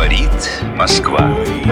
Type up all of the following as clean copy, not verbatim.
Говорит Москва.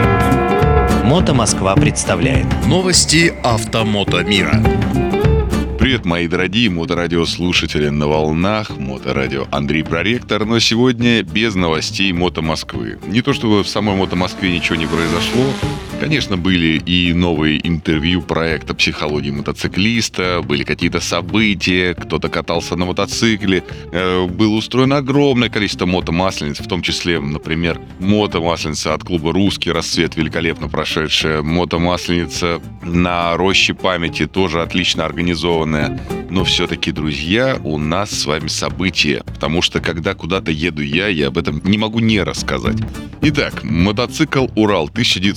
Мото Москва представляет новости автомото мира. Привет, мои дорогие моторадиослушатели на волнах Моторадио. Андрей Проректор, но сегодня без новостей Мото Москвы. Не то чтобы в самой Мото Москве ничего не произошло. Конечно, были и новые интервью проекта «Психология мотоциклиста», были какие-то события, кто-то катался на мотоцикле, было устроено огромное количество мотомаслениц, в том числе, например, мотомасленица от клуба «Русский расцвет», великолепно прошедшая, мотомасленица на роще памяти, тоже отлично организованная. Но все-таки, друзья, у нас с вами события, потому что когда куда-то еду я об этом не могу не рассказать. Итак, мотоцикл «Урал»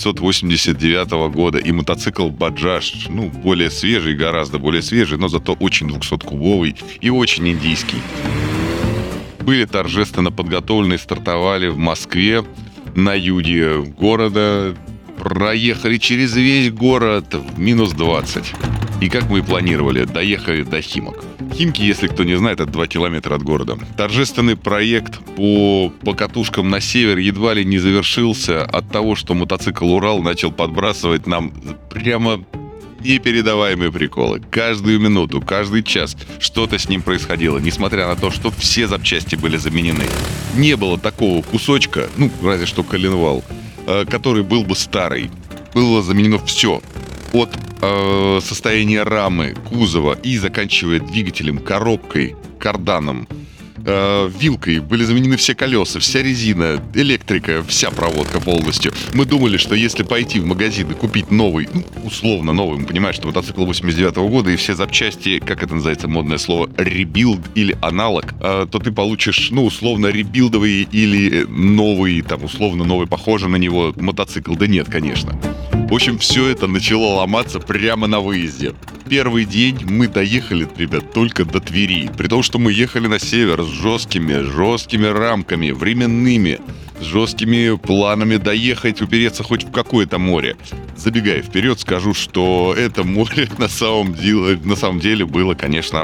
1989 года и мотоцикл «Баджаж», более свежий, гораздо более свежий, но зато очень 200-кубовый и очень индийский. Были торжественно подготовлены и стартовали в Москве на юге города, проехали через весь город в минус 20. И как мы и планировали, доехали до Химок. Химки, если кто не знает, это 2 километра от города. Торжественный проект по покатушкам на север едва ли не завершился от того, что мотоцикл «Урал» начал подбрасывать нам прямо непередаваемые приколы. Каждую минуту, каждый час что-то с ним происходило, несмотря на то, что все запчасти были заменены. Не было такого кусочка, разве что коленвал, который был бы старый. Было заменено все. От состояния рамы, кузова и заканчивая двигателем, коробкой, карданом, вилкой. Были заменены все колеса, вся резина, электрика, вся проводка полностью. Мы думали, что если пойти в магазин и купить новый, условно новый, мы понимаем, что мотоцикл 89-го года и все запчасти, как это называется модное слово, ребилд или аналог, то ты получишь, условно ребилдовый или новый, условно новый, похожий на него мотоцикл. Да нет, конечно. В общем, все это начало ломаться прямо на выезде. Первый день мы доехали, ребят, только до Твери. При том, что мы ехали на север с жесткими рамками, временными, с жесткими планами доехать, упереться хоть в какое-то море. Забегая вперед, скажу, что это море на самом деле было, конечно,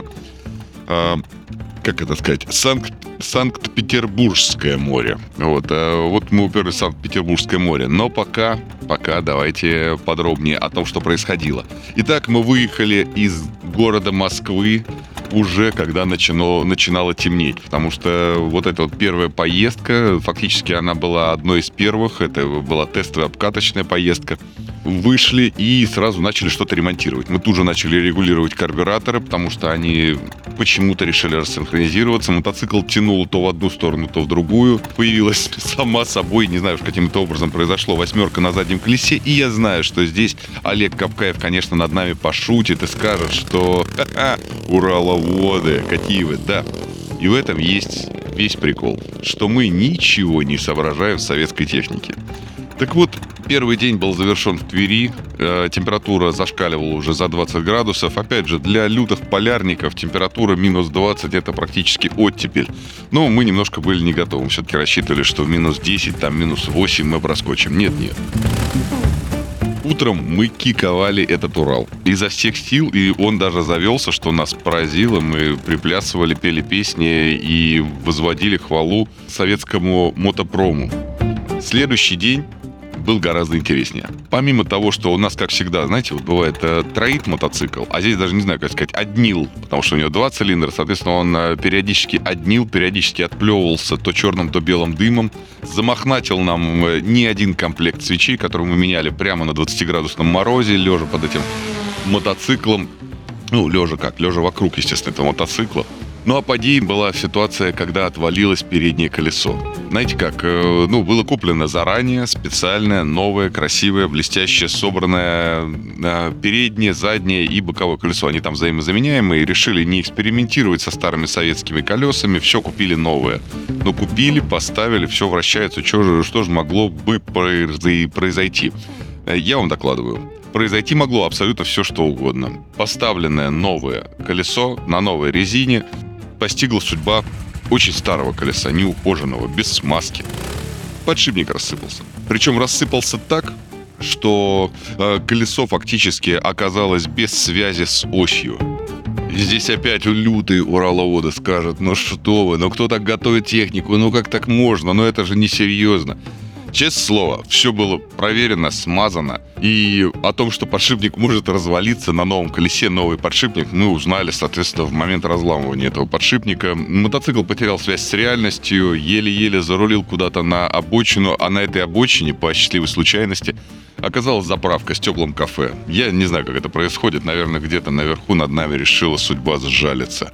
Санкт-Петербургское море. Вот мы уперлись в Санкт-Петербургское море. Но пока давайте подробнее о том, что происходило. Итак, мы выехали из города Москвы уже когда начинало темнеть, потому что вот эта вот первая поездка, фактически она была одной из первых, это была тестовая обкаточная поездка. Вышли и сразу начали что-то ремонтировать. Мы тут же начали регулировать карбюраторы, потому что они почему-то решили рассинхронизироваться. Мотоцикл тянул то в одну сторону, то в другую. Появилась сама собой, не знаю, каким-то образом произошло, 8 на заднем колесе. И я знаю, что здесь Олег Капкаев, конечно, над нами пошутит и скажет, что ураловоды, какие вы, да. И в этом есть весь прикол, что мы ничего не соображаем в советской технике. Так вот, первый день был завершен в Твери, температура зашкаливала уже за 20 градусов. Опять же, для лютых полярников температура минус 20 – это практически оттепель. Но мы немножко были не готовы. Мы все-таки рассчитывали, что в минус 10, минус 8 мы проскочим. Нет. Утром мы киковали этот Урал изо всех сил, и он даже завелся, что нас поразило. Мы приплясывали, пели песни и возводили хвалу советскому мотопрому. Следующий день был гораздо интереснее. Помимо того, что у нас, как всегда, знаете, бывает троит мотоцикл, а здесь даже не знаю, как сказать, однил, потому что у него 2 цилиндра, соответственно, он периодически однил, периодически отплевывался то черным, то белым дымом. Замахнатил нам не один комплект свечей, который мы меняли прямо на 20-градусном морозе, лежа под этим мотоциклом. Лежа вокруг, естественно, этого мотоцикла. Ну а поди была ситуация, когда отвалилось переднее колесо. Знаете как, было куплено заранее специальное, новое, красивое, блестящее, собранное переднее, заднее и боковое колесо. Они там взаимозаменяемые, решили не экспериментировать со старыми советскими колесами, все купили новое. Купили, поставили, все вращается, что же могло бы произойти? Я вам докладываю. Произойти могло абсолютно все, что угодно. Поставленное новое колесо на новой резине постигла судьба очень старого колеса, неухоженного, без смазки. Подшипник рассыпался. Причем рассыпался так, что колесо фактически оказалось без связи с осью. И здесь опять лютые ураловоды скажут: что вы, кто так готовит технику, как так можно, это же несерьезно. Честное слово, все было проверено, смазано. И о том, что подшипник может развалиться на новом колесе, новый подшипник, мы узнали, соответственно, в момент разламывания этого подшипника. Мотоцикл потерял связь с реальностью, еле-еле зарулил куда-то на обочину, а на этой обочине, по счастливой случайности, оказалась заправка с теплым кафе. Я не знаю, как это происходит. Наверное, где-то наверху над нами решила судьба сжалиться.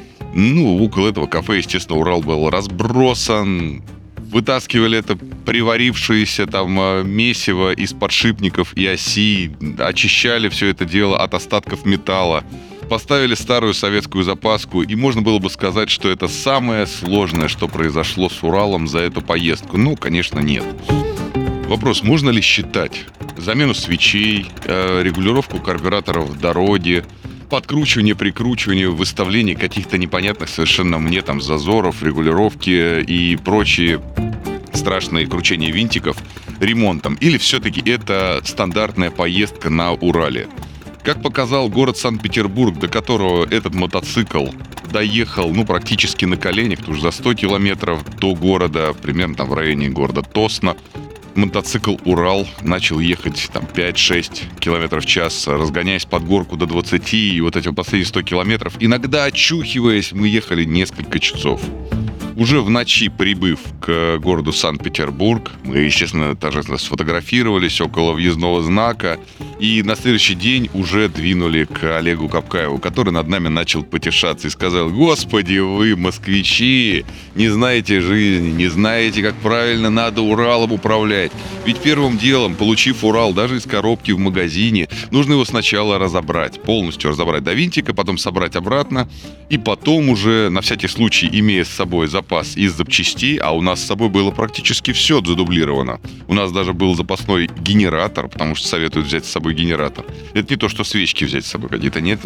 Около этого кафе, естественно, Урал был разбросан. Вытаскивали это приварившееся там месиво из подшипников и оси, очищали все это дело от остатков металла, поставили старую советскую запаску, и можно было бы сказать, что это самое сложное, что произошло с Уралом за эту поездку. Конечно, нет. Вопрос, можно ли считать замену свечей, регулировку карбюраторов в дороге, подкручивание, прикручивание, выставление каких-то непонятных совершенно мне там зазоров, регулировки и прочие страшные кручения винтиков ремонтом? Или все-таки это стандартная поездка на Урале? Как показал город Санкт-Петербург, до которого этот мотоцикл доехал, практически на коленях, потому что за 100 километров до города, примерно там в районе города Тосно, мотоцикл «Урал» начал ехать там 5-6 километров в час, разгоняясь под горку до 20, и вот эти последние 100 километров, иногда очухиваясь, мы ехали несколько часов. Уже в ночи, прибыв к городу Санкт-Петербург, мы, естественно, торжественно сфотографировались около въездного знака, и на следующий день уже двинули к Олегу Капкаеву, который над нами начал потешаться и сказал: «Господи, вы, москвичи, не знаете жизни, не знаете, как правильно надо Уралом управлять. Ведь первым делом, получив Урал даже из коробки в магазине, нужно его сначала разобрать, полностью разобрать до винтика, потом собрать обратно, и потом уже, на всякий случай, имея с собой запас из запчастей, а у нас с собой было практически все задублировано. У нас даже был запасной генератор, потому что советуют взять с собой генератор. Это не то, что свечки взять с собой какие-то, нет.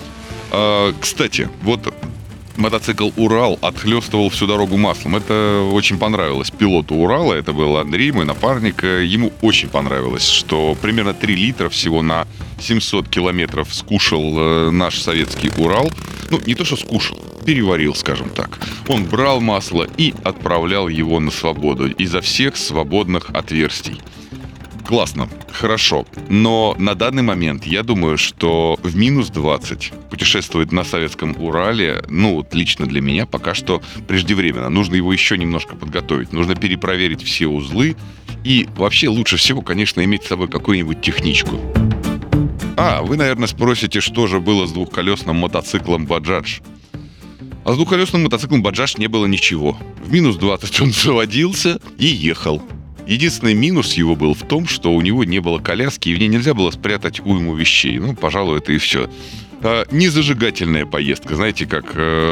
Кстати, вот мотоцикл «Урал» отхлестывал всю дорогу маслом. Это очень понравилось пилоту «Урала», это был Андрей, мой напарник. Ему очень понравилось, что примерно 3 литра всего на 700 километров скушал наш советский «Урал». Не то, что скушал, переварил, скажем так. Он брал масло и отправлял его на свободу изо всех свободных отверстий. Классно, хорошо. Но на данный момент я думаю, что в минус 20 путешествовать на советском Урале, лично для меня пока что преждевременно. Нужно его еще немножко подготовить. Нужно перепроверить все узлы. И вообще лучше всего, конечно, иметь с собой какую-нибудь техничку. Вы, наверное, спросите, что же было с двухколесным мотоциклом «Баджадж». А с двухколесным мотоциклом «Баджадж» не было ничего. В минус 20 он заводился и ехал. Единственный минус его был в том, что у него не было коляски, и в ней нельзя было спрятать уйму вещей. Пожалуй, это и все. Не зажигательная поездка, знаете, как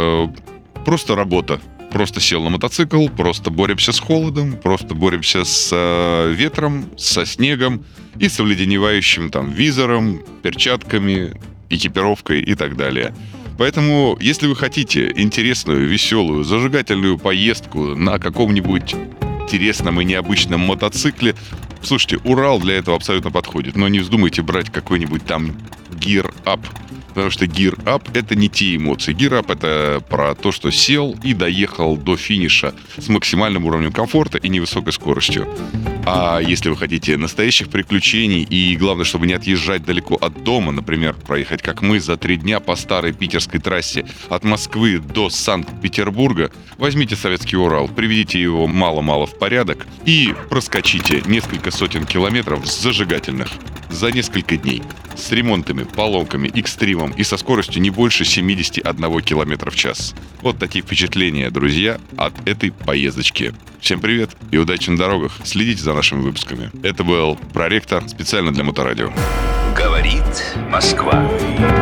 просто работа. Просто сел на мотоцикл, просто боремся с холодом, просто боремся с ветром, со снегом и с обледеневающим визором, перчатками, экипировкой и так далее. Поэтому, если вы хотите интересную, веселую, зажигательную поездку на каком-нибудь интересном и необычном мотоцикле, слушайте, Урал для этого абсолютно подходит. Но не вздумайте брать какой-нибудь там Gear Up, потому что Gear Up — это не те эмоции. Gear Up — это про то, что сел и доехал до финиша с максимальным уровнем комфорта и невысокой скоростью. А если вы хотите настоящих приключений и, главное, чтобы не отъезжать далеко от дома, например, проехать, как мы, за 3 дня по старой питерской трассе от Москвы до Санкт-Петербурга, возьмите советский Урал, приведите его мало-мало в порядок и проскочите несколько сотен километров зажигательных за несколько дней с ремонтами, поломками, экстримом и со скоростью не больше 71 км в час. Вот такие впечатления, друзья, от этой поездочки. Всем привет и удачи на дорогах. Следите за нашими выпусками. Это был Проректор специально для Моторадио. Говорит Москва.